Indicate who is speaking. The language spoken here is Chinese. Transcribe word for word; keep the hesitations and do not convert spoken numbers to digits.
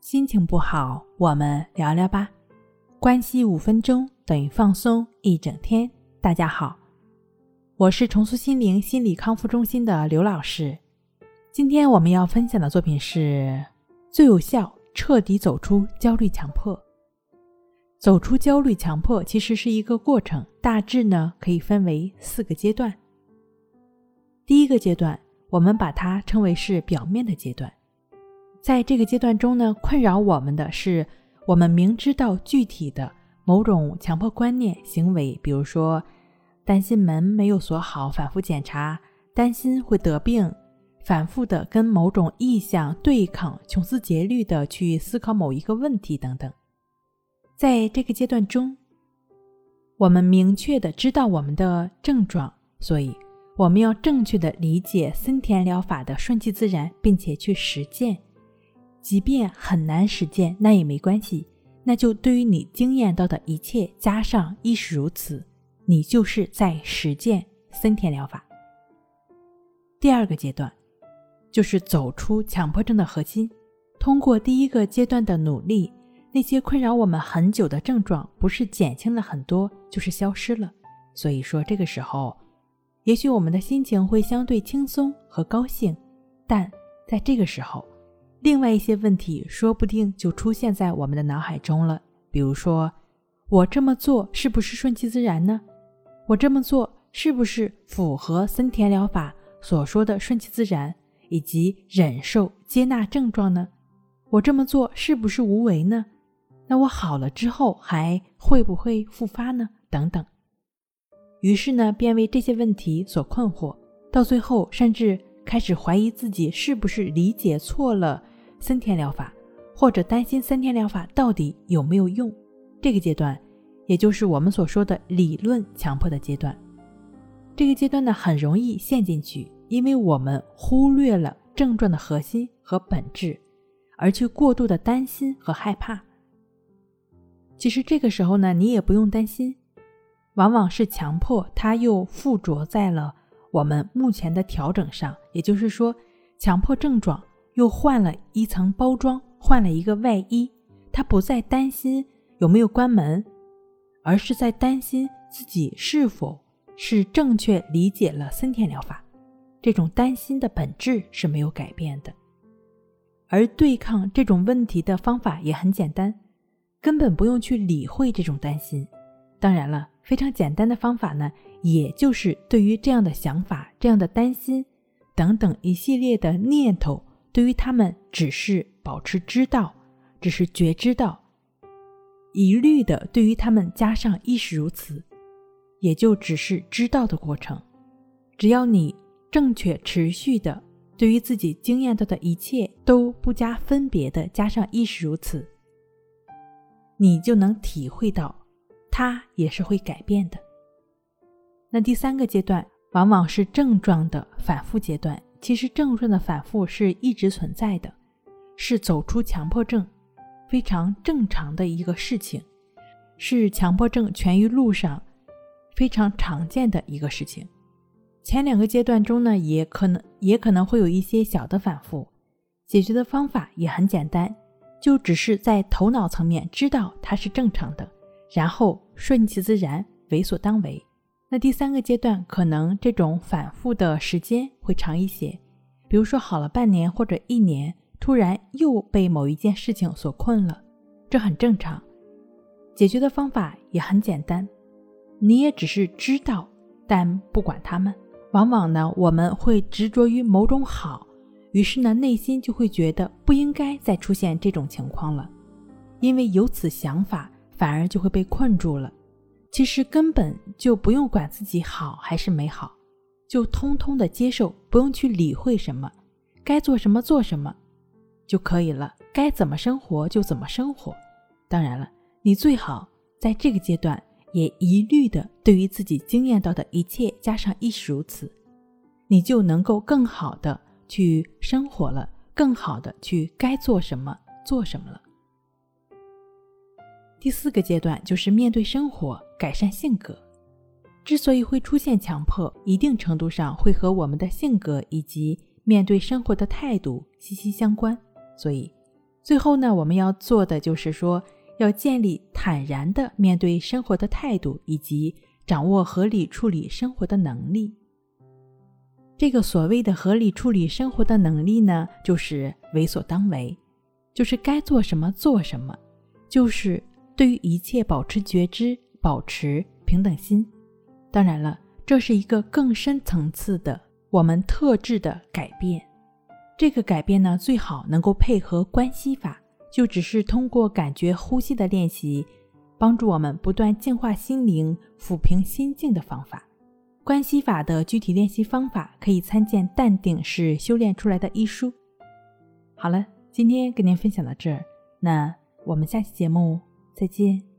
Speaker 1: 心情不好，我们聊聊吧。关系五分钟等于放松一整天。大家好，我是重塑心灵心理康复中心的刘老师。今天我们要分享的作品是最有效彻底走出焦虑强迫。走出焦虑强迫其实是一个过程，大致呢可以分为四个阶段。第一个阶段，我们把它称为是表面的阶段。在这个阶段中呢，困扰我们的是我们明知道具体的某种强迫观念行为，比如说担心门没有锁好反复检查，担心会得病，反复的跟某种意向对抗，穷思竭虑的去思考某一个问题等等。在这个阶段中，我们明确的知道我们的症状，所以我们要正确的理解森田疗法的顺其自然，并且去实践。即便很难实践，那也没关系，那就对于你经验到的一切加上亦是如此，你就是在实践森田疗法。第二个阶段就是走出强迫症的核心。通过第一个阶段的努力，那些困扰我们很久的症状不是减轻了很多，就是消失了。所以说这个时候也许我们的心情会相对轻松和高兴，但在这个时候另外一些问题说不定就出现在我们的脑海中了。比如说，我这么做是不是顺其自然呢？我这么做是不是符合森田疗法所说的顺其自然以及忍受接纳症状呢？我这么做是不是无为呢？那我好了之后还会不会复发呢？等等。于是呢，便为这些问题所困惑，到最后甚至开始怀疑自己是不是理解错了森田疗法，或者担心森田疗法到底有没有用。这个阶段也就是我们所说的理论强迫的阶段。这个阶段呢，很容易陷进去，因为我们忽略了症状的核心和本质，而去过度的担心和害怕。其实这个时候呢，你也不用担心，往往是强迫它又附着在了我们目前的调整上，也就是说强迫症状又换了一层包装，换了一个外衣，他不再担心有没有关门，而是在担心自己是否是正确理解了森田疗法。这种担心的本质是没有改变的，而对抗这种问题的方法也很简单，根本不用去理会这种担心。当然了，非常简单的方法呢，也就是对于这样的想法、这样的担心等等一系列的念头，对于他们只是保持知道，只是觉知到，一律的对于他们加上亦是如此，也就只是知道的过程。只要你正确持续的对于自己经验到的一切都不加分别的加上亦是如此，你就能体会到它也是会改变的。那第三个阶段往往是症状的反复阶段。其实症状的反复是一直存在的，是走出强迫症非常正常的一个事情，是强迫症痊愈路上非常常见的一个事情。前两个阶段中呢，也可能也可能会有一些小的反复，解决的方法也很简单，就只是在头脑层面知道它是正常的，然后顺其自然，为所当为。那第三个阶段可能这种反复的时间会长一些，比如说好了半年或者一年，突然又被某一件事情所困了，这很正常。解决的方法也很简单，你也只是知道，但不管它们。往往呢，我们会执着于某种好，于是呢，内心就会觉得不应该再出现这种情况了，因为有此想法，反而就会被困住了。其实根本就不用管自己好还是没好，就通通的接受，不用去理会什么，该做什么做什么就可以了，该怎么生活就怎么生活。当然了，你最好在这个阶段也一律的对于自己经验到的一切加上亦是如此，你就能够更好的去生活了，更好的去该做什么做什么了。第四个阶段就是面对生活，改善性格。之所以会出现强迫，一定程度上会和我们的性格以及面对生活的态度息息相关。所以最后呢，我们要做的就是说，要建立坦然的面对生活的态度，以及掌握合理处理生活的能力。这个所谓的合理处理生活的能力呢，就是为所当为，就是该做什么做什么，就是对于一切保持觉知，保持平等心。当然了，这是一个更深层次的我们特质的改变。这个改变呢，最好能够配合关系法，就只是通过感觉呼吸的练习，帮助我们不断净化心灵、抚平心境的方法。关系法的具体练习方法可以参见《淡定是修炼出来的》一书。好了，今天跟您分享到这儿，那我们下期节目再见。